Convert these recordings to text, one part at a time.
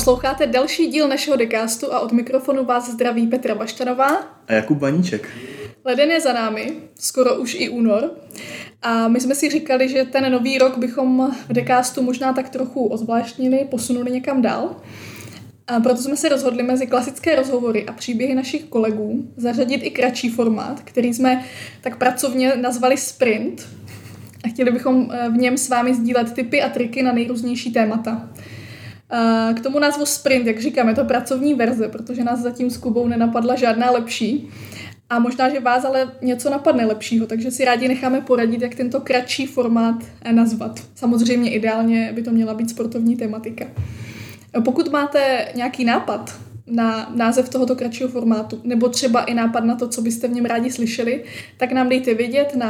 Posloucháte další díl našeho decastu a od mikrofonu vás zdraví Petra Baštanová a Jakub Baníček. Leden je za námi, skoro už i únor. A my jsme si říkali, že ten nový rok bychom v decastu možná tak trochu ozvláštnili, posunuli někam dál. A proto jsme se rozhodli mezi klasické rozhovory a příběhy našich kolegů zařadit i kratší formát, který jsme tak pracovně nazvali Sprint. A chtěli bychom v něm s vámi sdílet tipy a triky na nejrůznější témata. K tomu názvu Sprint, jak říkám, je to pracovní verze, protože nás zatím s Kubou nenapadla žádná lepší. A možná, že vás ale něco napadne lepšího, takže si rádi necháme poradit, jak tento kratší formát nazvat. Samozřejmě ideálně by to měla být sportovní tematika. Pokud máte nějaký nápad na název tohoto kratšího formátu, nebo třeba i nápad na to, co byste v něm rádi slyšeli, tak nám dejte vědět na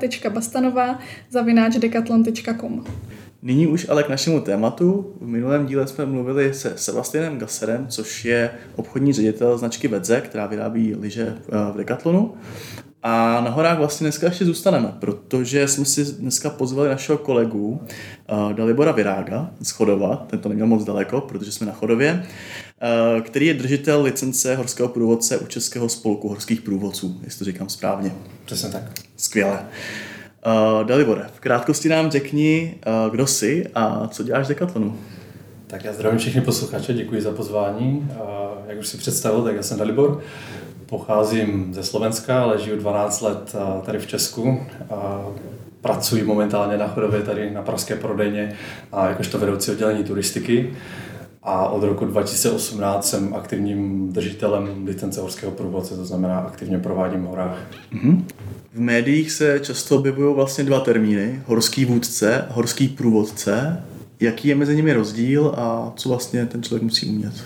petra.bastanová@decathlon.com. Nyní už ale k našemu tématu. V minulém díle jsme mluvili se Sebastianem Gasserem, což je obchodní ředitel značky Vedze, která vyrábí lyže v Decathlonu. A na horách vlastně dneska ještě zůstaneme, protože jsme si dneska pozvali našeho kolegu Dalibora Virága z Chodova, ten to neměl moc daleko, protože jsme na Chodově, který je držitel licence horského průvodce u Českého spolku horských průvodců, jestli to říkám správně. Přesně tak. Skvěle. Dalibore, v krátkosti nám řekni, kdo jsi a co děláš v Decathlonu. Tak já zdravím všechny posluchače, děkuji za pozvání. Jak už si představil, tak já jsem Dalibor. Pocházím ze Slovenska, ale žiju 12 let tady v Česku. Pracuji momentálně na Chodově tady na pražské prodejně a jakožto vedoucí oddělení turistiky. A od roku 2018 jsem aktivním držitelem licence horského průvodce, to znamená aktivně provádím v horách. V médiích se často objevují vlastně dva termíny, horský vůdce a horský průvodce. Jaký je mezi nimi rozdíl a co vlastně ten člověk musí umět?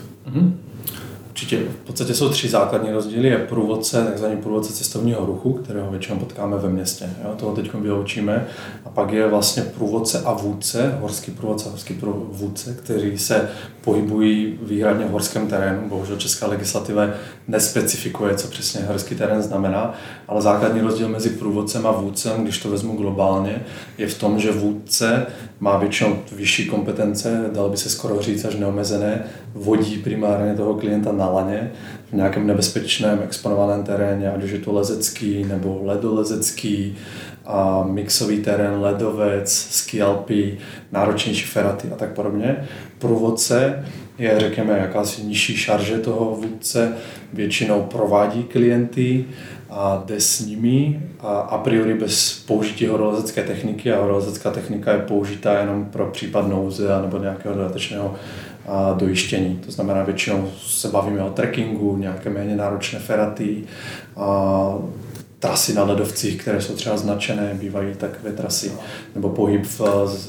Určitě. V podstatě jsou 3 základní rozdíly. Je průvodce, takzvaný průvodce cestovního ruchu, kterého většinou potkáme ve městě. Jo? Toho teď vyloučíme. A pak je vlastně průvodce a vůdce, horský průvodce a horský vůdce, kteří se pohybují výhradně v horském terénu. Bohužel česká legislativa nespecifikuje, co přesně horský terén znamená, ale základní rozdíl mezi průvodcem a vůdcem, když to vezmu globálně, je v tom, že vůdce má většinou vyšší kompetence, dalo by se skoro říct až neomezené, vodí primárně toho klienta na laně v nějakém nebezpečném exponovaném teréně, ať už je to lezecký nebo ledolezecký, a mixový terén, ledovec, ski alpy, náročnější feraty a tak podobně. Průvodce je, řekněme, jakási nižší šarže toho vůdce, většinou provádí klienty a jde s nimi a priori bez použití horolezecké techniky, a horolezecká technika je použitá jenom pro případ nouze nebo nějakého dodatečného dojištění. To znamená, většinou se bavíme o trekkingu, nějaké méně náročné feraty, trasy na ledovcích, které jsou třeba značené, bývají takové trasy, nebo pohyb v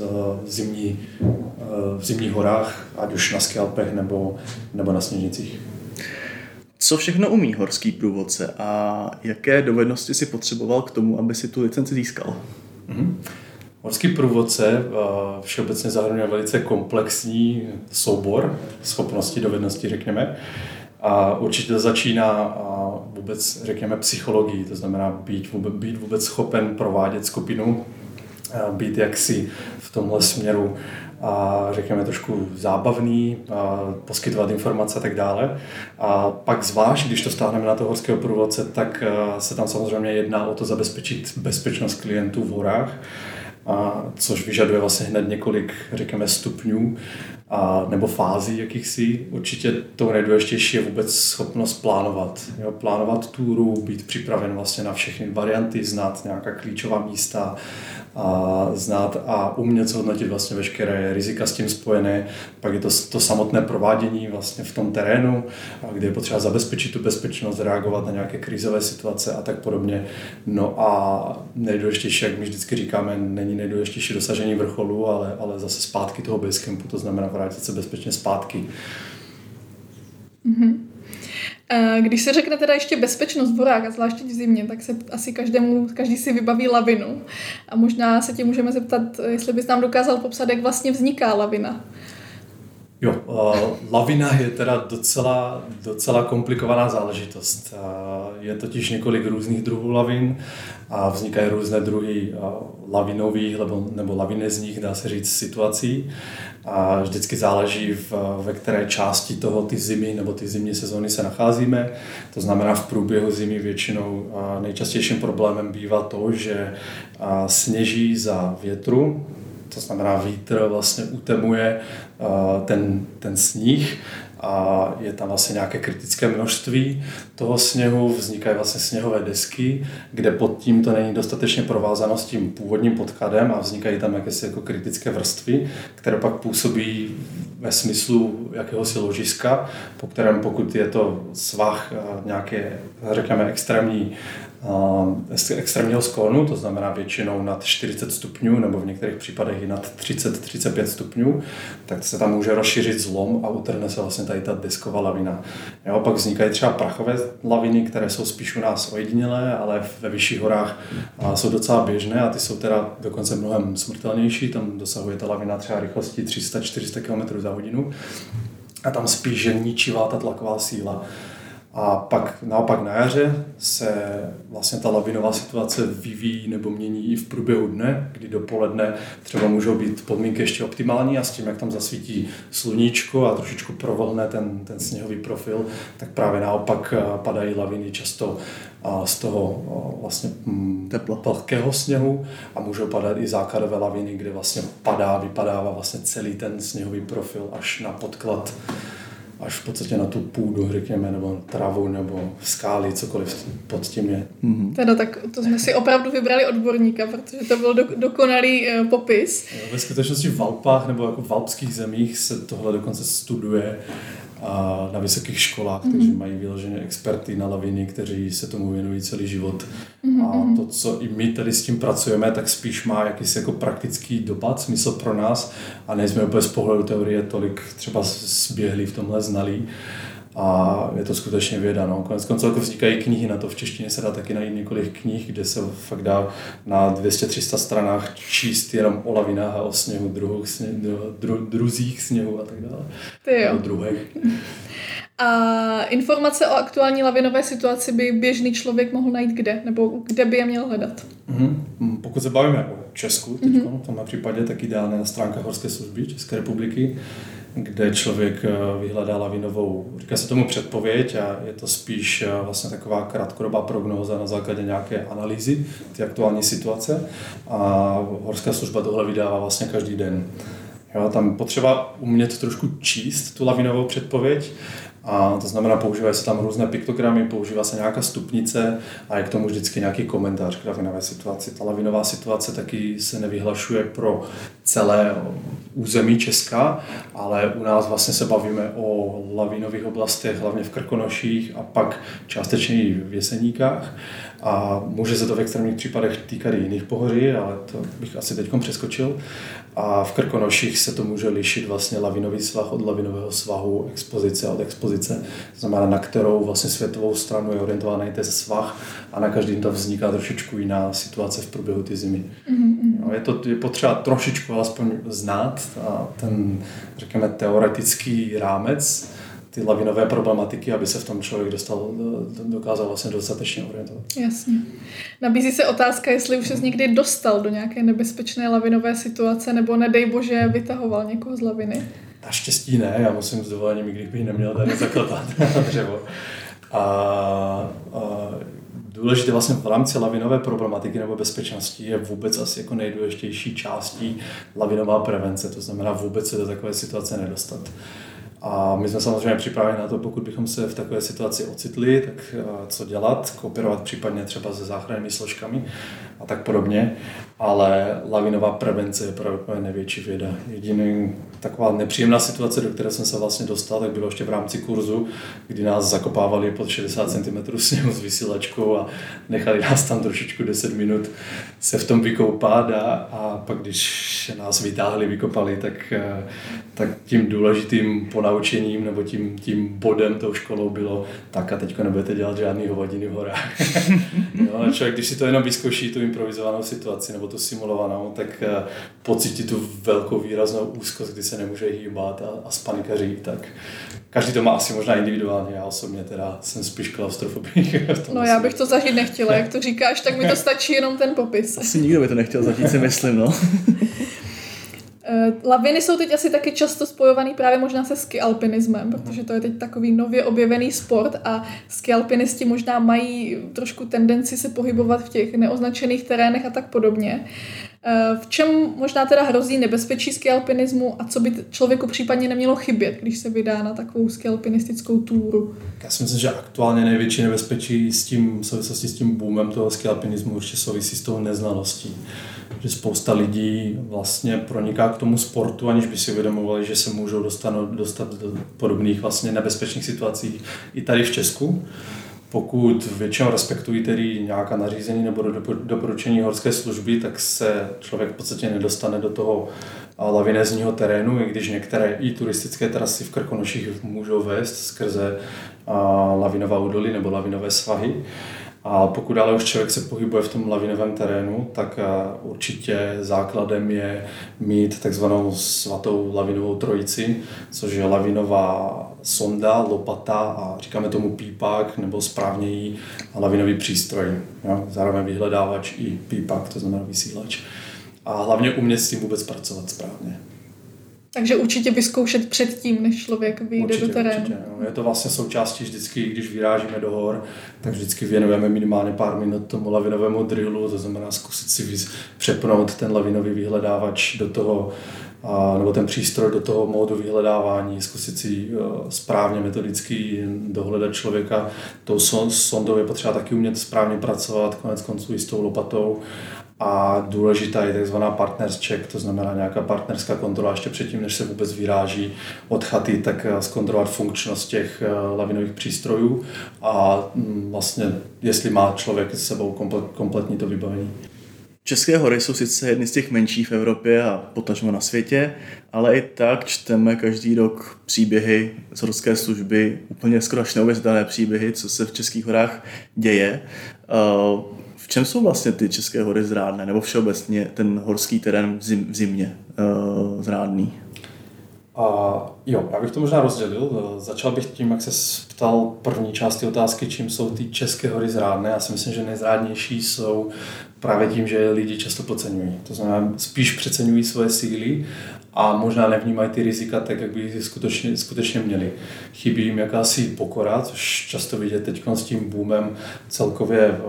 zimních horách, ať už na ski alpech nebo na sněžnicích. Co všechno umí horský průvodce a jaké dovednosti si potřeboval k tomu, aby si tu licenci získal? Horský průvodce všeobecně zahrnuje velice komplexní soubor schopností, dovedností, řekněme. A určitě to začíná vůbec, řekněme, psychologií, to znamená být vůbec schopen provádět skupinu, být jaksi v tomhle směru řekněme trošku zábavný, poskytovat informace a tak dále. A pak zvlášť, když to stáhneme na toho horského průvodce, tak se tam samozřejmě jedná o to zabezpečit bezpečnost klientů v horách, což vyžaduje vlastně hned několik, řekněme, stupňů nebo fází jakýchsi. Určitě tou nejdůležitější je vůbec schopnost plánovat. Jo, plánovat túru, být připraven vlastně na všechny varianty, znát nějaká klíčová místa, znát a umět zhodnotit vlastně veškeré rizika s tím spojené. Pak je to samotné provádění vlastně v tom terénu, kde je potřeba zabezpečit tu bezpečnost, reagovat na nějaké krizové situace a tak podobně. No a nejdůležitější, jak my vždycky říkáme, není nejdůležitější dosažení vrcholu, ale zase zpátky toho basecampu, to znamená vrátit se bezpečně zpátky. Když se řekne teda ještě bezpečnost v horách, a zvláště v zimě, tak se asi každý si vybaví lavinu. A možná se tě můžeme zeptat, jestli bys nám dokázal popsat, jak vlastně vzniká lavina. Jo, lavina je teda docela komplikovaná záležitost. Je totiž několik různých druhů lavin a vznikají různé druhy lavinových nebo lavinezních, dá se říct, situací. A vždycky záleží, ve které části toho ty zimy nebo ty zimní sezóny se nacházíme. To znamená, v průběhu zimy většinou nejčastějším problémem bývá to, že sněží za větru. To znamená, vítr vlastně utemuje ten sníh a je tam vlastně nějaké kritické množství toho sněhu, vznikají vlastně sněhové desky, kde pod tím to není dostatečně provázáno s tím původním podkladem a vznikají tam jakési jako kritické vrstvy, které pak působí ve smyslu jakéhosi ložiska, po kterém pokud je to svah nějaké, řekněme, extrémního sklonu, to znamená většinou nad 40 stupňů nebo v některých případech i nad 30-35 stupňů, tak se tam může rozšířit zlom a utrhne se vlastně tady ta desková lavina. Jo, pak vznikají třeba prachové laviny, které jsou spíš u nás ojedinělé, ale ve vyšších horách jsou docela běžné a ty jsou teda dokonce mnohem smrtelnější, tam dosahuje ta lavina třeba rychlosti 300-400 km za hodinu a tam spíš je ničivá ta tlaková síla. A pak naopak na jaře se vlastně ta lavinová situace vyvíjí nebo mění i v průběhu dne, kdy dopoledne třeba můžou být podmínky ještě optimální a s tím, jak tam zasvítí sluníčko a trošičku provlhne ten sněhový profil, tak právě naopak padají laviny často z toho vlastně vlhkého sněhu a můžou padat i základové laviny, kde vlastně vypadává vlastně celý ten sněhový profil až na podklad, až v podstatě na tu půdu, řekněme, nebo travu, nebo skály, cokoliv pod tím je. Mm-hmm. Teda tak to jsme si opravdu vybrali odborníka, protože to byl dokonalý popis. Ve skutečnosti v Alpách nebo jako v alpských zemích se tohle dokonce studuje a na vysokých školách, takže mají vyloženě experty na laviny, kteří se tomu věnují celý život. A to, co i my tady s tím pracujeme, tak spíš má jakýsi jako praktický dopad, smysl pro nás a nejsme úplně z pohledu teorie tolik třeba zběhlí v tomhle znalí. A je to skutečně věda. No. Konec konců jako vznikají knihy na to, v češtině se dá taky najít několik knih, kde se fakt dá na 200-300 stranách číst jenom o lavinách a o sněhu, druzích sněhu a tak dále. Ty jo. O druhech. A informace o aktuální lavinové situaci by běžný člověk mohl najít kde? Nebo kde by je měl hledat? Pokud se bavíme o Česku, teďko, v tomhle případě, tak ideálně na stránkách Horské služby České republiky, kde člověk vyhledá lavinovou, říká se tomu předpověď a je to spíš vlastně taková krátkodobá prognóza na základě nějaké analýzy ty aktuální situace a Horská služba tohle vydává vlastně každý den. Jo, tam potřeba umět trošku číst tu lavinovou předpověď. A to znamená, používají se tam různé piktogramy, používá se nějaká stupnice a je k tomu vždycky nějaký komentář k lavinové situaci. Ta lavinová situace taky se nevyhlašuje pro celé území Česka, ale u nás vlastně se bavíme o lavinových oblastech, hlavně v Krkonoších a pak částečně i v Jeseníkách. A může se to v extrémních případech týkat i jiných pohoří, ale to bych asi teďkom přeskočil. A v Krkonoších se to může lišit vlastně lavinový svah od lavinového svahu, expozice od expozice. To znamená, na kterou vlastně světovou stranu je orientovaný ten svah a na každým to vzniká trošičku jiná situace v průběhu té zimy. Je potřeba trošičku alespoň znát ten, řekněme, teoretický rámec ty lavinové problematiky, aby se v tom člověk dokázal vlastně dostatečně orientovat. Jasně. Nabízí se otázka, jestli už ses někdy dostal do nějaké nebezpečné lavinové situace, nebo nedej bože vytahoval někoho z laviny? Naštěstí ne, já musím s dovolením, i kdybych neměl tady zaklepat na dřevo. A důležité vlastně v rámci lavinové problematiky nebo bezpečnosti je vůbec asi jako nejdůležitější částí lavinová prevence, to znamená vůbec se do takové situace nedostat. A my jsme samozřejmě připraveni na to, pokud bychom se v takové situaci ocitli, tak co dělat, kooperovat případně třeba se záchrannými složkami a tak podobně. Ale lavinová prevence je právě největší věda. Jediný taková nepříjemná situace, do které jsem se vlastně dostal, tak bylo ještě v rámci kurzu, kdy nás zakopávali pod 60 cm sněhu s vysílačkou a nechali nás tam trošičku 10 minut se v tom vykoupat a pak, když nás vytáhli, vykopali, tak tím důležitým po ponaučením nebo tím bodem tou školou bylo tak a teďko nebudete dělat žádný hovadiny v horách. Jo, člověk, když si to jenom vyzkouší, tu improvizovanou situaci nebo tu simulovanou, tak pocítí tu velkou výraznou úzkost, kdy se nemůže hýbat a spanikaří, tak každý to má asi možná individuálně, já osobně teda jsem spíš klaustrofobik. No já bych to zažít nechtěla, jak to říkáš, tak mi to stačí jenom ten popis. Asi nikdo by to nechtěl zažít, si myslím, no. Laviny jsou teď asi taky často spojovaný právě možná se skialpinismem, protože to je teď takový nově objevený sport a skialpinisti možná mají trošku tendenci se pohybovat v těch neoznačených terénech a tak podobně. V čem možná teda hrozí nebezpečí skialpinismu a co by člověku případně nemělo chybět, když se vydá na takovou skialpinistickou túru? Já si myslím, že aktuálně největší nebezpečí v souvislosti s tím boomem toho skialpinismu určitě souvisí s tou neznalostí. Že spousta lidí vlastně proniká k tomu sportu, aniž by si uvědomovali, že se můžou dostat do podobných vlastně nebezpečných situací i tady v Česku. Pokud většinou respektují tedy nějaká nařízení nebo doporučení horské služby, tak se člověk v podstatě nedostane do toho lavinézního terénu, i když některé i turistické trasy v Krkonoších můžou vést skrze lavinová údolí nebo lavinové svahy. A pokud ale už člověk se pohybuje v tom lavinovém terénu, tak určitě základem je mít takzvanou svatou lavinovou trojici, což je lavinová sonda, lopata a říkáme tomu pípák, nebo správněji lavinový přístroj. Jo? Zároveň vyhledávač i pípák, to znamená vysílač. A hlavně umět s tím vůbec pracovat správně. Takže určitě vyzkoušet předtím, než člověk vyjde do terénu. Určitě, no. Je to vlastně součástí vždycky, když vyrážíme do hor, tak vždycky věnujeme minimálně pár minut tomu lavinovému drillu, to znamená zkusit si přepnout ten lavinový vyhledávač do toho, nebo ten přístroj do toho módu vyhledávání, zkusit si správně metodicky dohledat člověka. Tou sondou je potřeba taky umět správně pracovat, konec konců i s tou lopatou. A důležitá je takzvaná partners check, to znamená nějaká partnerská kontrola ještě předtím, než se vůbec vyráží od chaty, tak zkontrolovat funkčnost těch lavinových přístrojů a vlastně, jestli má člověk s sebou kompletní to vybavení. České hory jsou sice jedny z těch menších v Evropě a potažmo na světě, ale i tak čteme každý rok příběhy z horské služby, úplně skoro až neuvěřitelné příběhy, co se v českých horách děje. V čem jsou vlastně ty české hory zrádné, nebo všeobecně ten horský terén v zimě zrádný? Já bych to možná rozdělil. Začal bych tím, jak se ptal první části otázky, čím jsou ty české hory zrádné. Já si myslím, že nejzrádnější jsou právě tím, že lidi často podceňují. To znamená, spíš přeceňují svoje síly a možná nevnímají ty rizika tak, jak by skutečně měli. Chybí jim jakási pokora, což často vidět teď s tím boomem celkově,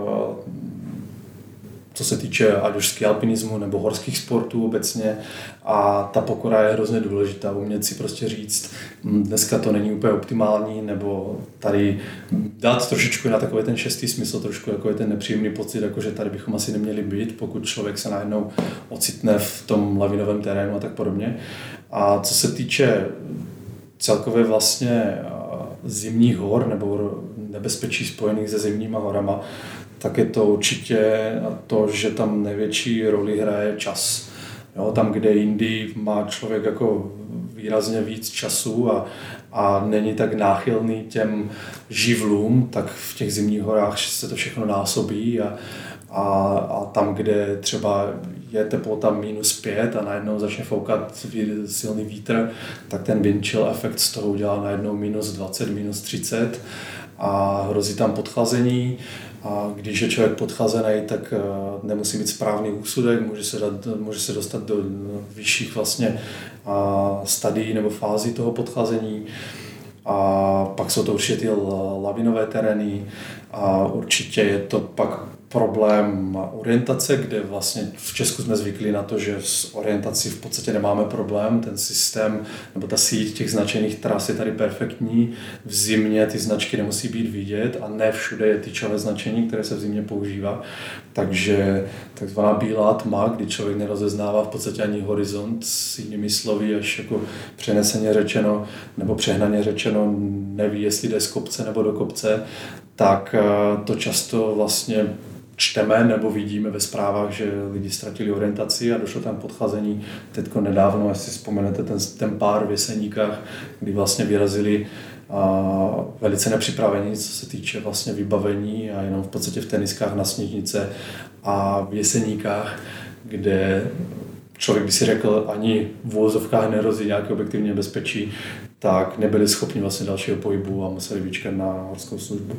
co se týče ať už skialpinismu nebo horských sportů obecně, a ta pokora je hrozně důležitá, umět si prostě říct, dneska to není úplně optimální, nebo tady dát trošičku na takový ten šestý smysl, trošku jako je ten nepříjemný pocit, jako že tady bychom asi neměli být, pokud člověk se najednou ocitne v tom lavinovém terénu a tak podobně. A co se týče celkově vlastně zimních hor nebo nebezpečí spojených se zimníma horama, tak je to určitě to, že tam největší roli hraje čas. Jo, tam, kde jindy má člověk jako výrazně víc času a není tak náchylný těm živlům, tak v těch zimních horách se to všechno násobí a tam, kde třeba je teplota -5 a najednou začne foukat silný vítr, tak ten wind chill efekt z toho udělá najednou -20, -30 a hrozí tam podchlazení. A když je člověk podchlazený, tak nemusí mít správný úsudek, může se dostat do vyšších vlastně stadií nebo fází toho podchlazení. A pak jsou to určitě ty lavinové terény a určitě je to pak problém orientace, kde vlastně v Česku jsme zvyklí na to, že s orientací v podstatě nemáme problém. Ten systém nebo ta síť těch značených tras je tady perfektní. V zimě ty značky nemusí být vidět a ne všude je tyčové značení, které se v zimě používá. Takže takzvaná bílá tma, kdy člověk nerozeznává v podstatě ani horizont, s jinými slovy, až jako přeneseně řečeno nebo přehnaně řečeno, neví, jestli jde z kopce nebo do kopce, tak to často vlastně čteme nebo vidíme ve zprávách, že lidi ztratili orientaci a došlo tam podchlazení. Teďko nedávno, jestli vzpomenete, ten pár v Jeseníkách, kdy vlastně vyrazili velice nepřipravení, co se týče vlastně vybavení a jenom v podstatě v teniskách na Sněžnice a v Jeseníkách, kde člověk by si řekl, ani v uvozovkách nerozí nějaké objektivní nebezpečí, tak nebyli schopni vlastně dalšího pohybu a museli vyčkat na horskou službu.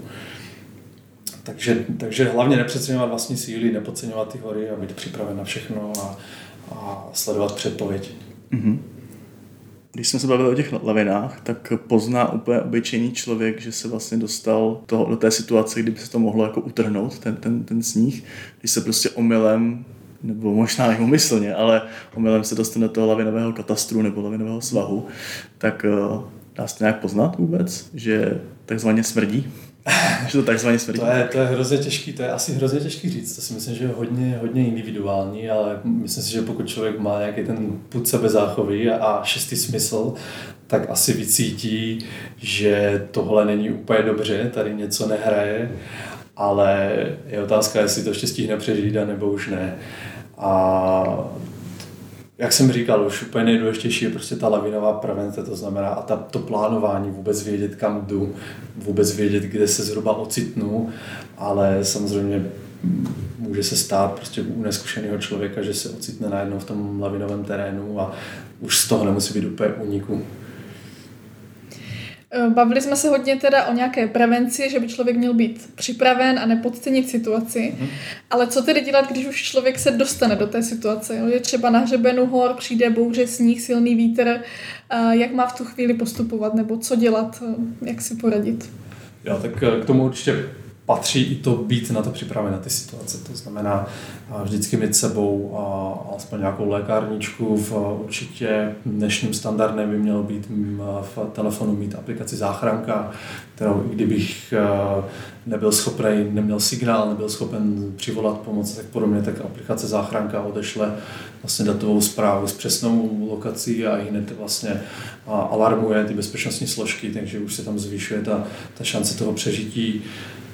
Takže hlavně nepřeceňovat vlastní síly, nepodceňovat ty hory a být připraven na všechno a sledovat předpověď. Mm-hmm. Když jsme se bavili o těch lavinách, tak pozná úplně obyčejný člověk, že se vlastně dostal do té situace, kdyby se to mohlo jako utrhnout, ten sníh, když se prostě omylem, nebo možná i umyslně, ale omylem se dostane do toho lavinového katastru nebo lavinového svahu, tak dá se to nějak poznat vůbec, že takzvaně smrdí? Že to takzvaně smrdí? To je hrozně těžký, to je asi hrozně těžký říct, to si myslím, že je hodně individuální, ale myslím si, že pokud člověk má nějaký ten pud sebezáchovy a šestý smysl, tak asi vycítí, že tohle není úplně dobře, tady něco nehraje, ale je otázka, jestli to ještě stihne přežít, nebo už ne. A jak jsem říkal, už úplně nejdůležitější je prostě ta lavinová prevence, to znamená a to plánování, vůbec vědět, kam jdu, vůbec vědět, kde se zhruba ocitnu, ale samozřejmě může se stát prostě u neskušeného člověka, že se ocitne najednou v tom lavinovém terénu a už z toho nemusí být úplně úniku. Bavili jsme se hodně teda o nějaké prevenci, že by člověk měl být připraven a nepodcenit situaci. Ale co tedy dělat, když už člověk se dostane do té situace? Je třeba na hřebenu hor, přijde bouře, sníh, silný vítr. Jak má v tu chvíli postupovat nebo co dělat, jak si poradit? Jo, tak k tomu určitě patří i to být na to připraven, na ty situace. To znamená vždycky mít sebou alespoň nějakou lékárničku. Určitě dnešním standardem by mělo být v telefonu mít aplikaci záchranka, kterou i kdybych nebyl schopný, neměl signál, nebyl schopen přivolat pomoc, tak podobně, tak aplikace záchranka odešle vlastně datovou zprávu s přesnou lokací a hned vlastně alarmuje ty bezpečnostní složky, takže už se tam zvyšuje ta šance toho přežití.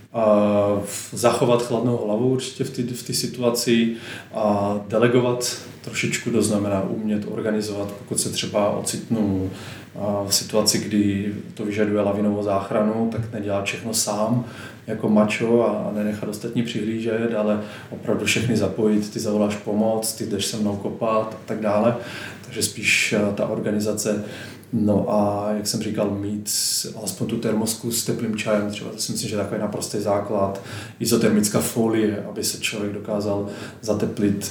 Zachovat chladnou hlavu určitě v té situaci a delegovat trošičku, to znamená umět organizovat, pokud se třeba ocitnu v situaci, kdy to vyžaduje lavinovou záchranu, tak nedělat všechno sám jako mačo a nenechat ostatní přihlížet, ale opravdu všechny zapojit, ty zavoláš pomoc, ty jdeš se mnou kopat a tak dále. Takže spíš ta organizace. No a jak jsem říkal, mít alespoň tu termosku s teplým čajem, třeba to si myslím, že je takový naprostý základ, izotermická folie, aby se člověk dokázal zateplit,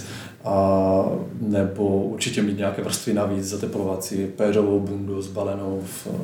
nebo určitě mít nějaké vrstvy navíc, zateplovací, péřovou bundu zbalenou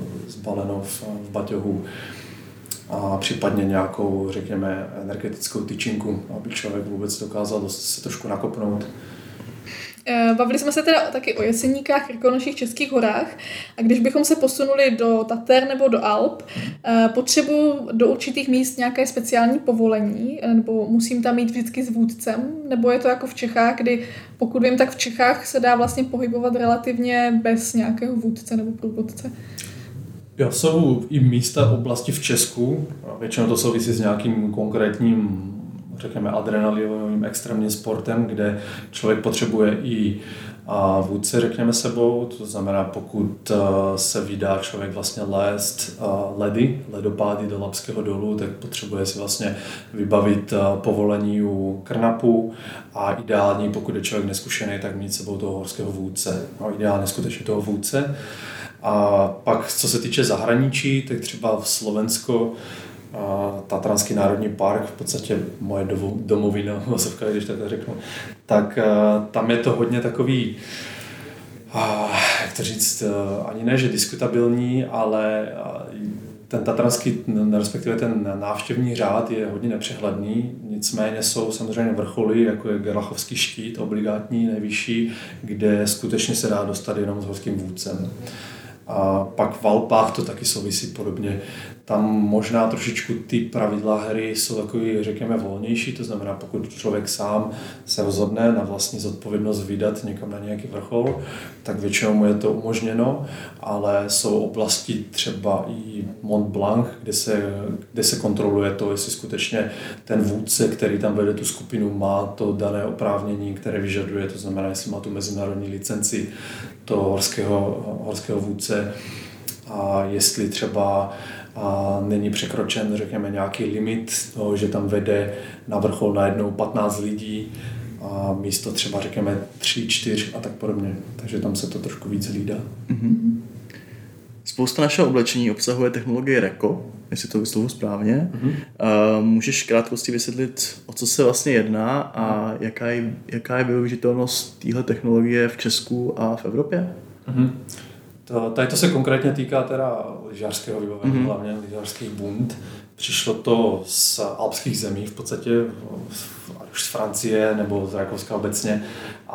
v baťohu a případně nějakou, řekněme, energetickou tyčinku, aby člověk vůbec dokázal se trošku nakopnout. Bavili jsme se teda taky o Jeseníkách, Krkonoších, Českých horách a když bychom se posunuli do Tater nebo do Alp, potřebuji do určitých míst nějaké speciální povolení, nebo musím tam mít vždycky s vůdcem, nebo je to jako v Čechách, kdy pokud vím, tak v Čechách se dá vlastně pohybovat relativně bez nějakého vůdce nebo průvodce. Jo, jsou i místa oblasti v Česku, většinou to souvisí s nějakým konkrétním, řekněme, adrenalinovým extrémním sportem, kde člověk potřebuje i vůdce, řekněme, sebou, to znamená, pokud se vydá člověk vlastně lézt ledopády do Labského dolu, tak potřebuje si vlastně vybavit povolení u Krnapu a ideální, pokud je člověk neskušený, tak mít sebou toho horského vůdce. No, ideálně skutečně toho vůdce. A pak, co se týče zahraničí, tak třeba v Slovensko Tatranský národní park, v podstatě moje domovina, když tak řeknu, tak tam je to hodně takový, jak to říct, ani ne, že diskutabilní, ale ten tatranský, respektive ten návštěvní řád je hodně nepřehledný, nicméně jsou samozřejmě vrcholy, jako je Gerlachovský štít, obligátní, nejvyšší, kde skutečně se dá dostat jenom s horským vůdcem. A pak v Alpách to taky souvisí podobně. Tam možná trošičku ty pravidla hry jsou takový, řekněme, volnější, to znamená, pokud člověk sám se rozhodne na vlastní zodpovědnost vydat někam na nějaký vrchol, tak většinou mu je to umožněno, ale jsou oblasti třeba i Mont Blanc, kde se kontroluje to, jestli skutečně ten vůdce, který tam vede tu skupinu, má to dané oprávnění, které vyžaduje, to znamená, jestli má tu mezinárodní licenci toho horského vůdce a jestli třeba není překročen, řekněme, nějaký limit toho, že tam vede na vrchol najednou 15 lidí a místo třeba, řekněme, 3, 4 a tak podobně. Takže tam se to trošku víc hlídá. Mm-hmm. Spousta našeho oblečení obsahuje technologii RECO, jestli to vyslovu správně. Mm-hmm. Můžeš v krátkosti vysvětlit, o co se vlastně jedná a jaká je využitelnost téhle technologie v Česku a v Evropě? Mm-hmm. Tady to se konkrétně týká teda lyžařského vybavení, hlavně lyžařských bund. Přišlo to z alpských zemí v podstatě, už z Francie nebo z Rakouska obecně.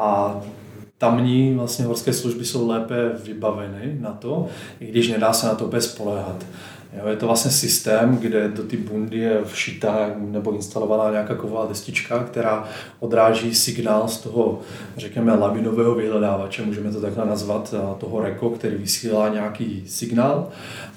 A tamní vlastně horské služby jsou lépe vybaveny na to, i když nedá se na to úplně spoléhat. Jo, je to vlastně systém, kde do ty bundy je všitá nebo instalovaná nějaká kovová destička, která odráží signál z toho, řekněme, lavinového vyhledávače, můžeme to takhle nazvat, toho RECO, který vysílá nějaký signál.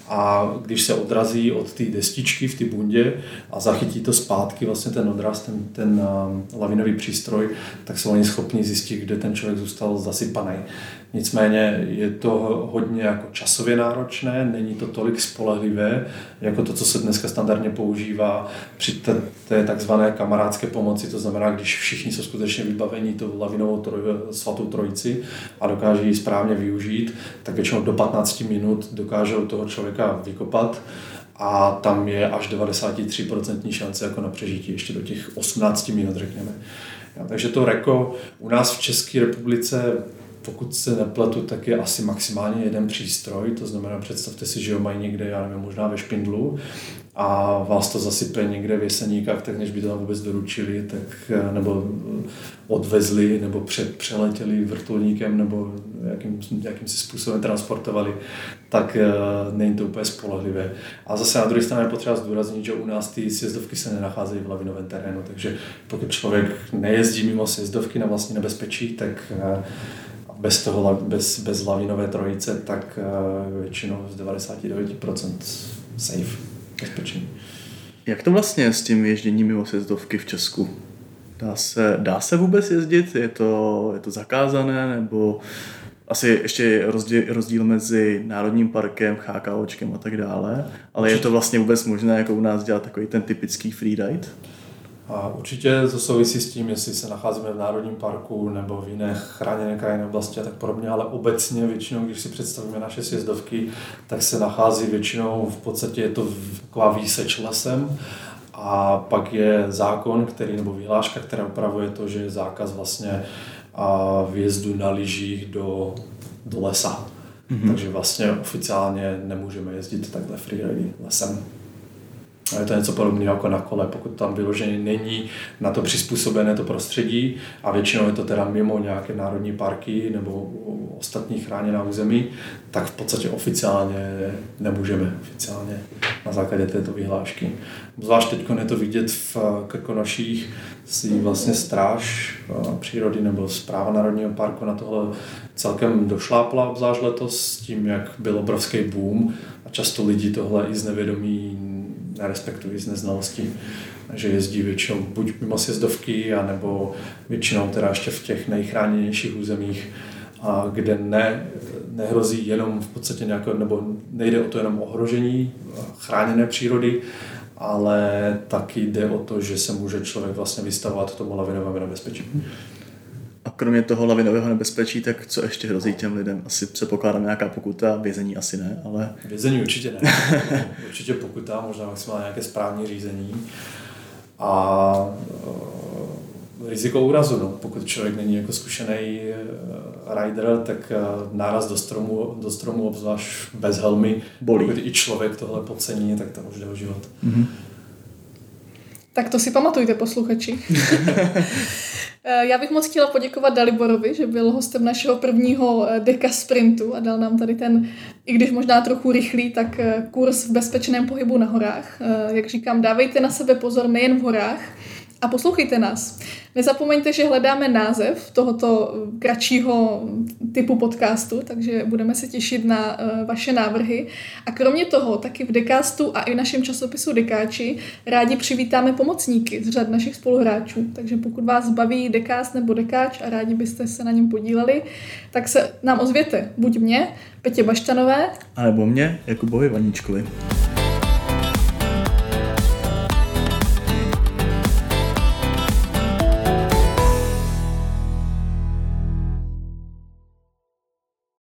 A když se odrazí od té destičky v té bundě a zachytí to zpátky, vlastně ten odraz, ten lavinový přístroj, tak jsou oni schopni zjistit, kde ten člověk zůstal zasypaný. Nicméně je to hodně jako časově náročné, není to tolik spolehlivé, jako to, co se dneska standardně používá při té takzvané kamarádské pomoci, to znamená, když všichni jsou skutečně vybavení tou lavinovou svatou trojici a dokáží ji správně využít, tak většinou do 15 minut dokážou toho člověka vykopat a tam je až 93% šance jako na přežití, ještě do těch 18 minut, řekněme. Takže to RECO u nás v České republice, pokud se nepletu, tak je asi maximálně jeden přístroj, to znamená, představte si, že ho mají někde, já nevím, možná ve Špindlu a vás to zasype někde v Jeseníkách, tak než by to tam vůbec doručili, tak, nebo odvezli, nebo přeletěli vrtulníkem, nebo jakýmsi způsobem transportovali, tak není to úplně spolehlivé. A zase na druhé straně je potřeba zdůraznit, že u nás ty sjezdovky se nenacházejí v lavinovém terénu, takže pokud člověk nejezdí mimo sjezdovky na vlastní nebezpečí, tak bez lavinové trojice, tak většinou z 99% safe, bezpečný. Jak to vlastně s tím ježděním mimo sjezdovky v Česku? Dá se vůbec jezdit? Je to zakázané? Nebo asi ještě rozdíl mezi Národním parkem, HKOčkem a tak dále? Ale je to vlastně vůbec možné jako u nás dělat takový ten typický freeride? A určitě to souvisí s tím, jestli se nacházíme v Národním parku nebo v jiné chráněné krajinné oblasti a tak podobně, ale obecně většinou, když si představíme naše sjezdovky, tak se nachází většinou, v podstatě je to taková výseč lesem a pak je zákon, nebo vyhláška, která upravuje to, že je zákaz vlastně vjezdu na lyžích do lesa. Mm-hmm. Takže vlastně oficiálně nemůžeme jezdit takhle freeride lesem. Je to něco podobného jako na kole, pokud tam vyloženě není na to přizpůsobené to prostředí a většinou je to teda mimo nějaké národní parky nebo ostatní chráněná území, tak v podstatě oficiálně nemůžeme na základě této vyhlášky. Zvlášť teď je to vidět v Krkonoších, si vlastně stráž přírody nebo správa Národního parku na tohle celkem došlápla, obzvlášť letos s tím, jak byl obrovský boom a často lidi tohle i z nevědomí nerespektují, z neznalosti. Takže jezdí většinou buď mimo sjezdovky, anebo většinou teda ještě v těch nejchráněnějších územích, kde nehrozí jenom v podstatě nějaké, nebo nejde o to jenom ohrožení chráněné přírody, ale taky jde o to, že se může člověk vlastně vystavovat tomu lavinovému nebezpečí. A kromě toho lavinového nebezpečí, tak co ještě hrozí těm lidem? Asi předpokládám nějaká pokuta, vězení asi ne, ale... Vězení určitě ne. Určitě pokuta, možná maximálně nějaké správní řízení. A riziko úrazu, no. Pokud člověk není jako zkušený rider, tak náraz do stromu, obzvlášť bez helmy, bolí. Pokud i člověk tohle podcení, tak to může jde o život. Mm-hmm. Tak to si pamatujte, posluchači. Já bych moc chtěla poděkovat Daliborovi, že byl hostem našeho prvního deka sprintu a dal nám tady ten, i když možná trochu rychlý, tak kurz v bezpečném pohybu na horách. Jak říkám, dávejte na sebe pozor nejen v horách a poslouchejte nás. Nezapomeňte, že hledáme název tohoto kratšího typu podcastu, takže budeme se těšit na vaše návrhy. A kromě toho, taky v Decastu a i v našem časopisu Dekáči rádi přivítáme pomocníky z řad našich spoluhráčů. Takže pokud vás baví Decast nebo Dekáč a rádi byste se na něm podíleli, tak se nám ozvěte. Buď mě, Petě Baštanové, a nebo mě, Jakubovi Vaníčkovi.